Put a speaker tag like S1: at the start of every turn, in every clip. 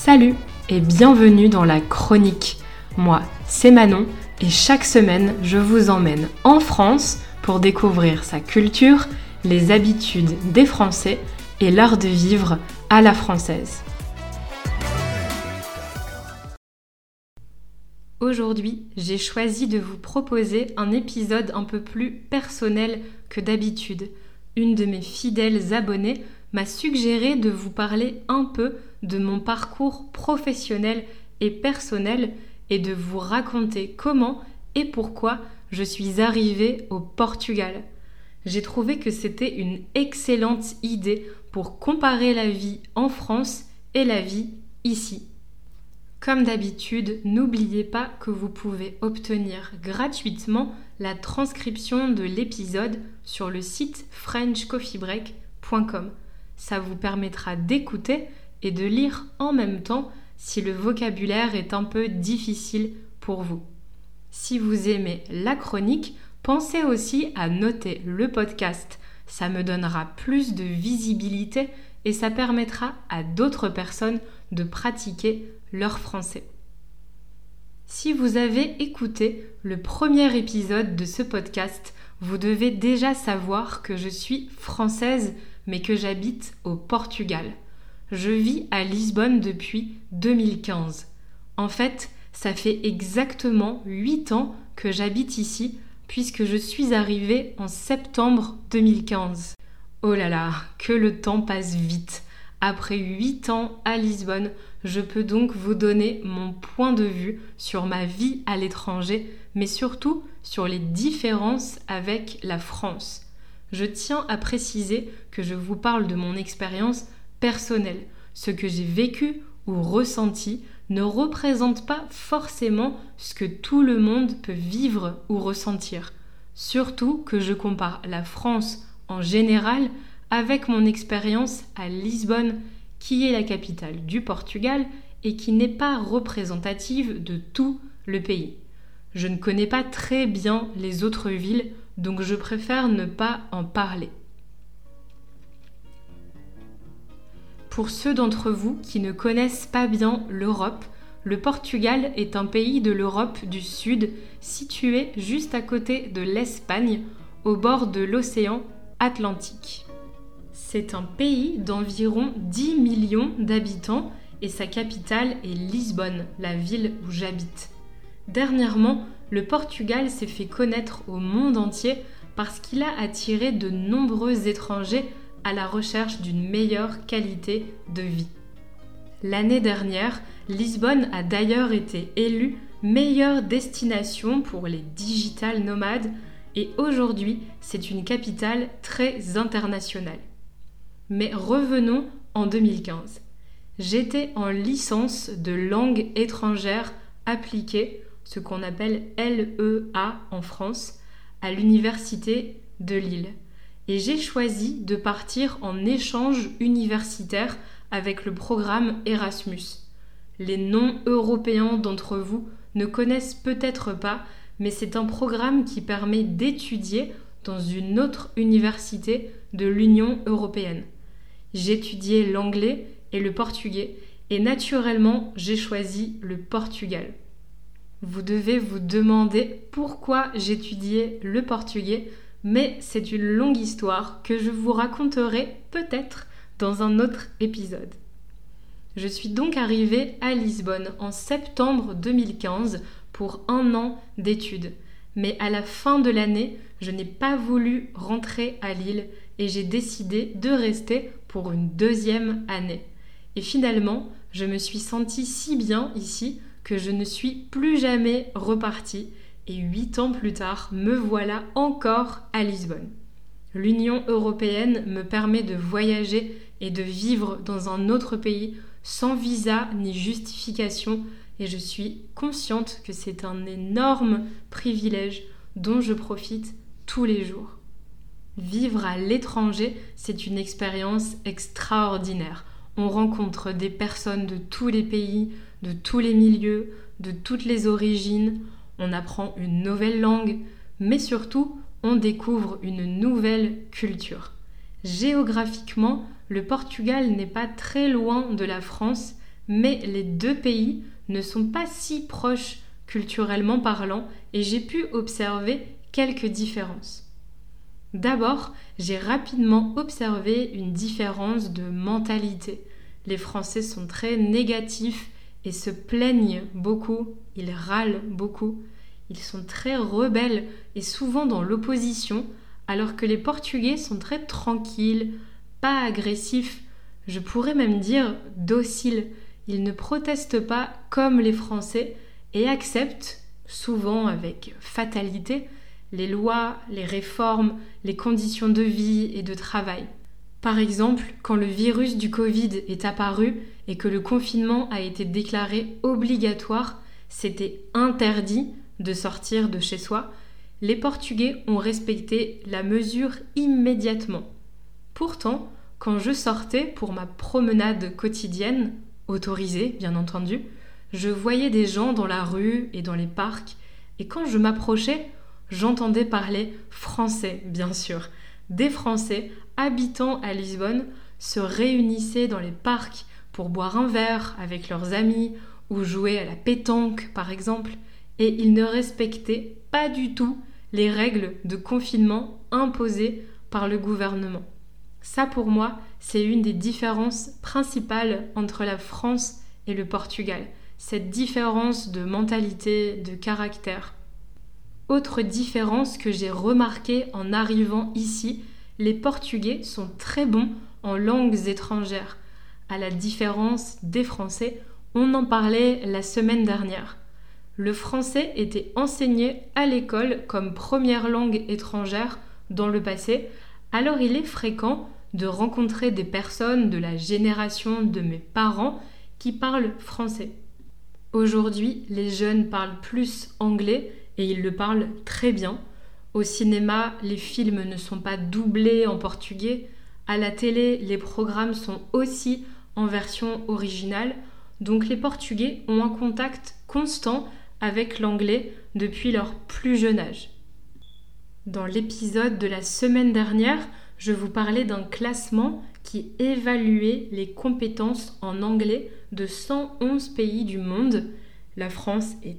S1: Salut et bienvenue dans la chronique. Moi, c'est Manon et chaque semaine, je vous emmène en France pour découvrir sa culture, les habitudes des Français et l'art de vivre à la française. Aujourd'hui, j'ai choisi de vous proposer un épisode un peu plus personnel que d'habitude. Une de mes fidèles abonnées m'a suggéré de vous parler un peu de mon parcours professionnel et personnel et de vous raconter comment et pourquoi je suis arrivée au Portugal. J'ai trouvé que c'était une excellente idée pour comparer la vie en France et la vie ici. Comme d'habitude, n'oubliez pas que vous pouvez obtenir gratuitement la transcription de l'épisode sur le site frenchcoffeebreak.com. Ça vous permettra d'écouter et de lire en même temps si le vocabulaire est un peu difficile pour vous. Si vous aimez la chronique, pensez aussi à noter le podcast. Ça me donnera plus de visibilité et ça permettra à d'autres personnes de pratiquer leur français. Si vous avez écouté le premier épisode de ce podcast, vous devez déjà savoir que je suis française mais que j'habite au Portugal. Je vis à Lisbonne depuis 2015. En fait, ça fait exactement 8 ans que j'habite ici puisque je suis arrivée en septembre 2015. Oh là là, que le temps passe vite. Après 8 ans à Lisbonne, je peux donc vous donner mon point de vue sur ma vie à l'étranger, mais surtout sur les différences avec la France. Je tiens à préciser que je vous parle de mon expérience personnelle. Ce que j'ai vécu ou ressenti ne représente pas forcément ce que tout le monde peut vivre ou ressentir. Surtout que je compare la France en général avec mon expérience à Lisbonne, qui est la capitale du Portugal et qui n'est pas représentative de tout le pays. Je ne connais pas très bien les autres villes, donc je préfère ne pas en parler. Pour ceux d'entre vous qui ne connaissent pas bien l'Europe, le Portugal est un pays de l'Europe du Sud, situé juste à côté de l'Espagne, au bord de l'océan Atlantique. C'est un pays d'environ 10 millions d'habitants et sa capitale est Lisbonne, la ville où j'habite. Dernièrement, le Portugal s'est fait connaître au monde entier parce qu'il a attiré de nombreux étrangers à la recherche d'une meilleure qualité de vie. L'année dernière, Lisbonne a d'ailleurs été élue meilleure destination pour les digital nomades et aujourd'hui, c'est une capitale très internationale. Mais revenons en 2015. J'étais en licence de langue étrangère appliquée, ce qu'on appelle LEA en France, à l'université de Lille. Et j'ai choisi de partir en échange universitaire avec le programme Erasmus. Les non-européens d'entre vous ne connaissent peut-être pas, mais c'est un programme qui permet d'étudier dans une autre université de l'Union européenne. J'étudiais l'anglais et le portugais et naturellement, j'ai choisi le Portugal. Vous devez vous demander pourquoi j'étudiais le portugais, mais c'est une longue histoire que je vous raconterai peut-être dans un autre épisode. Je suis donc arrivée à Lisbonne en septembre 2015 pour 1 an d'études. Mais à la fin de l'année, je n'ai pas voulu rentrer à Lille et j'ai décidé de rester pour une 2e année. Et finalement, je me suis sentie si bien ici que je ne suis plus jamais repartie. Et 8 ans plus tard, me voilà encore à Lisbonne. L'Union européenne me permet de voyager et de vivre dans un autre pays sans visa ni justification et je suis consciente que c'est un énorme privilège dont je profite tous les jours. Vivre à l'étranger, c'est une expérience extraordinaire. On rencontre des personnes de tous les pays, de tous les milieux, de toutes les origines. On apprend une nouvelle langue, mais surtout, on découvre une nouvelle culture. Géographiquement, le Portugal n'est pas très loin de la France, mais les deux pays ne sont pas si proches culturellement parlant et j'ai pu observer quelques différences. D'abord, j'ai rapidement observé une différence de mentalité. Les Français sont très négatifs et se plaignent beaucoup, ils râlent beaucoup. Ils sont très rebelles et souvent dans l'opposition, alors que les Portugais sont très tranquilles, pas agressifs, je pourrais même dire dociles. Ils ne protestent pas comme les Français et acceptent, souvent avec fatalité, les lois, les réformes, les conditions de vie et de travail. Par exemple, quand le virus du Covid est apparu et que le confinement a été déclaré obligatoire, c'était interdit de sortir de chez soi, les Portugais ont respecté la mesure immédiatement. Pourtant, quand je sortais pour ma promenade quotidienne, autorisée bien entendu, je voyais des gens dans la rue et dans les parcs, et quand je m'approchais, j'entendais parler français, bien sûr. Des Français habitant à Lisbonne se réunissaient dans les parcs pour boire un verre avec leurs amis ou jouer à la pétanque par exemple, et ils ne respectaient pas du tout les règles de confinement imposées par le gouvernement. Ça pour moi, c'est une des différences principales entre la France et le Portugal, cette différence de mentalité, de caractère. Autre différence que j'ai remarquée en arrivant ici, les Portugais sont très bons en langues étrangères. À la différence des Français, on en parlait la semaine dernière. Le français était enseigné à l'école comme première langue étrangère dans le passé, alors il est fréquent de rencontrer des personnes de la génération de mes parents qui parlent français. Aujourd'hui, les jeunes parlent plus anglais et ils le parlent très bien. Au cinéma, les films ne sont pas doublés en portugais. À la télé, les programmes sont aussi en version originale. Donc les Portugais ont un contact constant avec l'anglais depuis leur plus jeune âge. Dans l'épisode de la semaine dernière, je vous parlais d'un classement qui évaluait les compétences en anglais de 111 pays du monde. La France est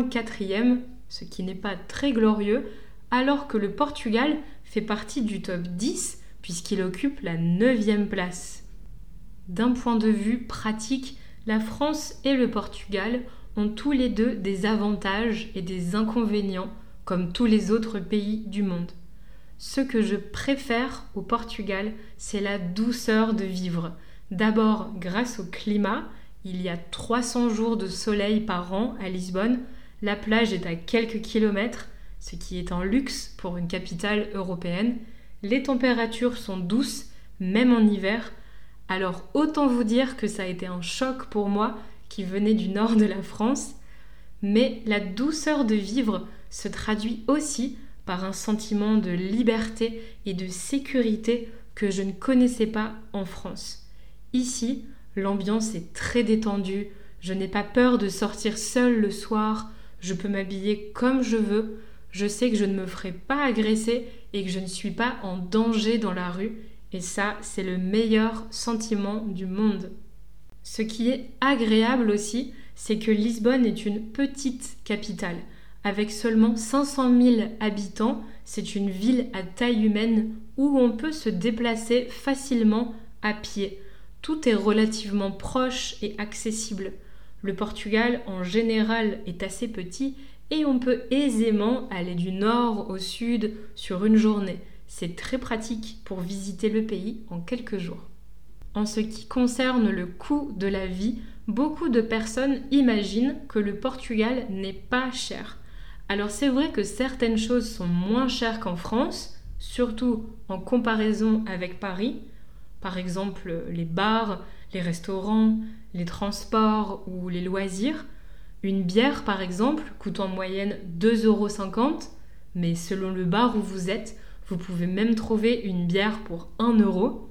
S1: 34e, ce qui n'est pas très glorieux, alors que le Portugal fait partie du top 10 puisqu'il occupe la 9e place. D'un point de vue pratique, la France et le Portugal ont tous les deux des avantages et des inconvénients comme tous les autres pays du monde. Ce que je préfère au Portugal, c'est la douceur de vivre. D'abord, grâce au climat, il y a 300 jours de soleil par an à Lisbonne, la plage est à quelques kilomètres, ce qui est un luxe pour une capitale européenne. Les températures sont douces, même en hiver. Alors autant vous dire que ça a été un choc pour moi qui venait du nord de la France. Mais la douceur de vivre se traduit aussi par un sentiment de liberté et de sécurité que je ne connaissais pas en France. Ici, l'ambiance est très détendue, je n'ai pas peur de sortir seule le soir, je peux m'habiller comme je veux, je sais que je ne me ferai pas agresser et que je ne suis pas en danger dans la rue, et ça, c'est le meilleur sentiment du monde. Ce qui est agréable aussi, c'est que Lisbonne est une petite capitale. Avec seulement 500 000 habitants, c'est une ville à taille humaine où on peut se déplacer facilement à pied. Tout est relativement proche et accessible. Le Portugal, en général, est assez petit et on peut aisément aller du nord au sud sur une journée. C'est très pratique pour visiter le pays en quelques jours. En ce qui concerne le coût de la vie, beaucoup de personnes imaginent que le Portugal n'est pas cher. Alors c'est vrai que certaines choses sont moins chères qu'en France, surtout en comparaison avec Paris. Par exemple, les bars, les restaurants, les transports ou les loisirs. Une bière, par exemple, coûte en moyenne 2,50 €, mais selon le bar où vous êtes, vous pouvez même trouver une bière pour 1 €.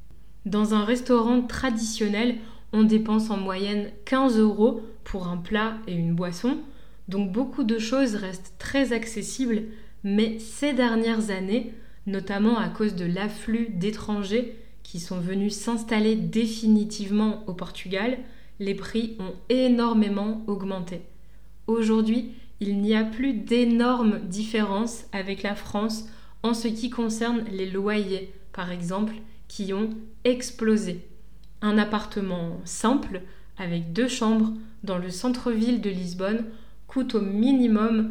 S1: Dans un restaurant traditionnel, on dépense en moyenne 15 € pour un plat et une boisson. Donc beaucoup de choses restent très accessibles, mais ces dernières années, notamment à cause de l'afflux d'étrangers qui sont venus s'installer définitivement au Portugal, les prix ont énormément augmenté. Aujourd'hui, il n'y a plus d'énormes différences avec la France en ce qui concerne les loyers, par exemple, qui ont explosé. Un appartement simple, avec 2 chambres, dans le centre-ville de Lisbonne, coûte au minimum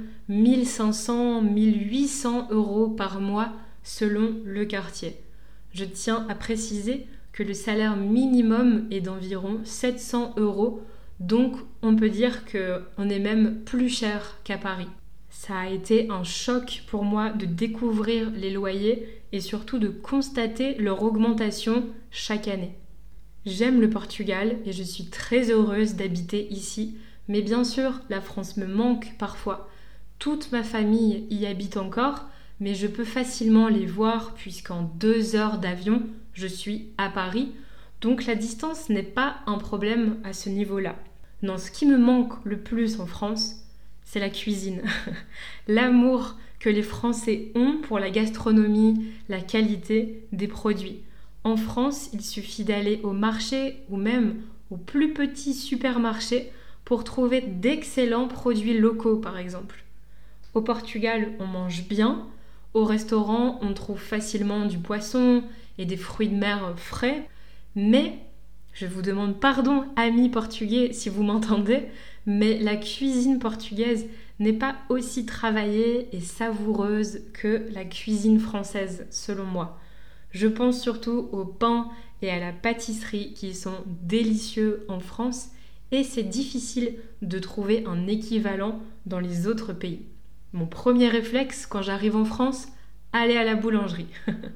S1: 1500–1800 € par mois selon le quartier. Je tiens à préciser que le salaire minimum est d'environ 700 €, donc on peut dire qu'on est même plus cher qu'à Paris. Ça a été un choc pour moi de découvrir les loyers et surtout de constater leur augmentation chaque année. J'aime le Portugal et je suis très heureuse d'habiter ici, mais bien sûr, la France me manque parfois. Toute ma famille y habite encore, mais je peux facilement les voir puisqu'en 2 heures d'avion, je suis à Paris, donc la distance n'est pas un problème à ce niveau-là. Non, ce qui me manque le plus en France, c'est la cuisine. L'amour que les Français ont pour la gastronomie, la qualité des produits. En France, il suffit d'aller au marché ou même au plus petit supermarché pour trouver d'excellents produits locaux, par exemple. Au Portugal, on mange bien. Au restaurant, on trouve facilement du poisson et des fruits de mer frais. Mais, je vous demande pardon, amis portugais, si vous m'entendez, mais la cuisine portugaise n'est pas aussi travaillée et savoureuse que la cuisine française, selon moi. Je pense surtout au pain et à la pâtisserie qui sont délicieux en France et c'est difficile de trouver un équivalent dans les autres pays. Mon premier réflexe quand j'arrive en France, aller à la boulangerie.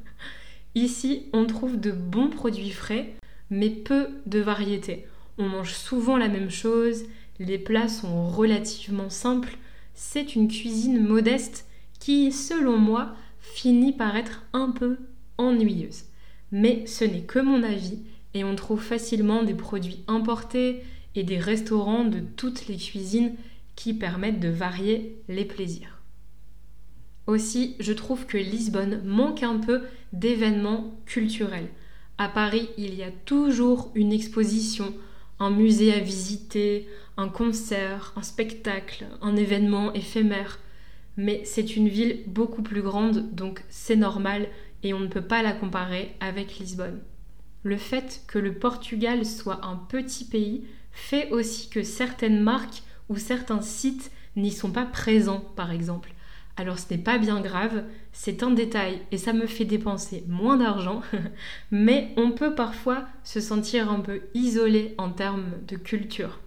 S1: Ici, on trouve de bons produits frais, mais peu de variété. On mange souvent la même chose, les plats sont relativement simples. C'est une cuisine modeste qui, selon moi, finit par être un peu ennuyeuse. Mais ce n'est que mon avis et on trouve facilement des produits importés et des restaurants de toutes les cuisines qui permettent de varier les plaisirs. Aussi, je trouve que Lisbonne manque un peu d'événements culturels. À Paris, il y a toujours une exposition, un musée à visiter, un concert, un spectacle, un événement éphémère. Mais c'est une ville beaucoup plus grande, donc c'est normal et on ne peut pas la comparer avec Lisbonne. Le fait que le Portugal soit un petit pays fait aussi que certaines marques ou certains sites n'y sont pas présents, par exemple. Alors ce n'est pas bien grave, c'est un détail et ça me fait dépenser moins d'argent, mais on peut parfois se sentir un peu isolé en termes de culture.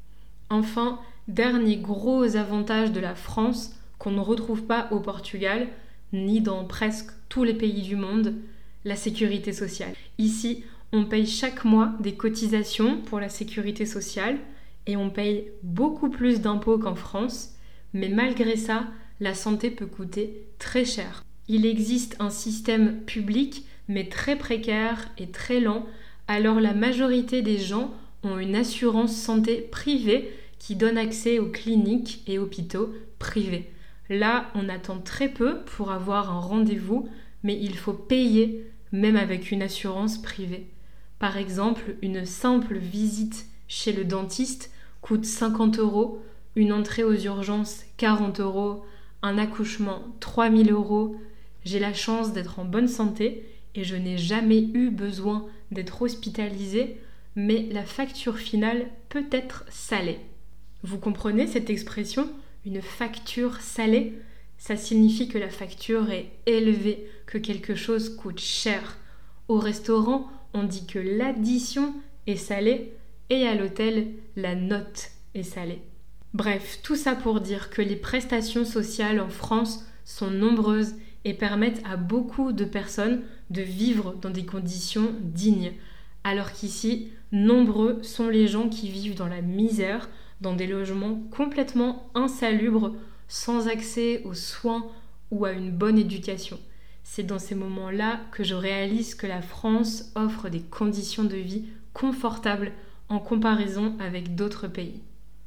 S1: Enfin, dernier gros avantage de la France qu'on ne retrouve pas au Portugal, ni dans presque tous les pays du monde, la sécurité sociale. Ici, on paye chaque mois des cotisations pour la sécurité sociale et on paye beaucoup plus d'impôts qu'en France, mais malgré ça, la santé peut coûter très cher. Il existe un système public, mais très précaire et très lent, alors la majorité des gens ont une assurance santé privée qui donne accès aux cliniques et hôpitaux privés. Là, on attend très peu pour avoir un rendez-vous, mais il faut payer même avec une assurance privée. Par exemple, une simple visite chez le dentiste coûte 50 €, une entrée aux urgences 40 €, un accouchement 3000 €. J'ai la chance d'être en bonne santé et je n'ai jamais eu besoin d'être hospitalisée, mais la facture finale peut être salée. Vous comprenez cette expression ? Une facture salée, ça signifie que la facture est élevée, que quelque chose coûte cher. Au restaurant, on dit que l'addition est salée et à l'hôtel, la note est salée. Bref, tout ça pour dire que les prestations sociales en France sont nombreuses et permettent à beaucoup de personnes de vivre dans des conditions dignes, alors qu'ici, nombreux sont les gens qui vivent dans la misère, dans des logements complètement insalubres, sans accès aux soins ou à une bonne éducation. C'est dans ces moments-là que je réalise que la France offre des conditions de vie confortables en comparaison avec d'autres pays.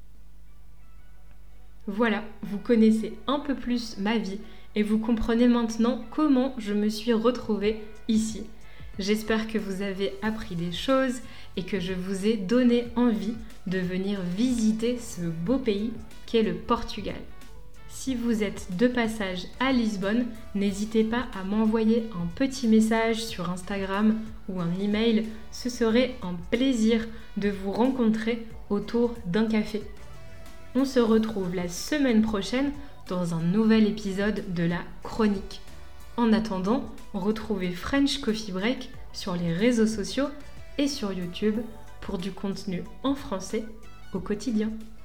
S1: Voilà, vous connaissez un peu plus ma vie et vous comprenez maintenant comment je me suis retrouvée ici. J'espère que vous avez appris des choses et que je vous ai donné envie de venir visiter ce beau pays qu'est le Portugal. Si vous êtes de passage à Lisbonne, n'hésitez pas à m'envoyer un petit message sur Instagram ou un email. Ce serait un plaisir de vous rencontrer autour d'un café. On se retrouve la semaine prochaine dans un nouvel épisode de la chronique. En attendant, retrouvez French Coffee Break sur les réseaux sociaux et sur YouTube pour du contenu en français au quotidien.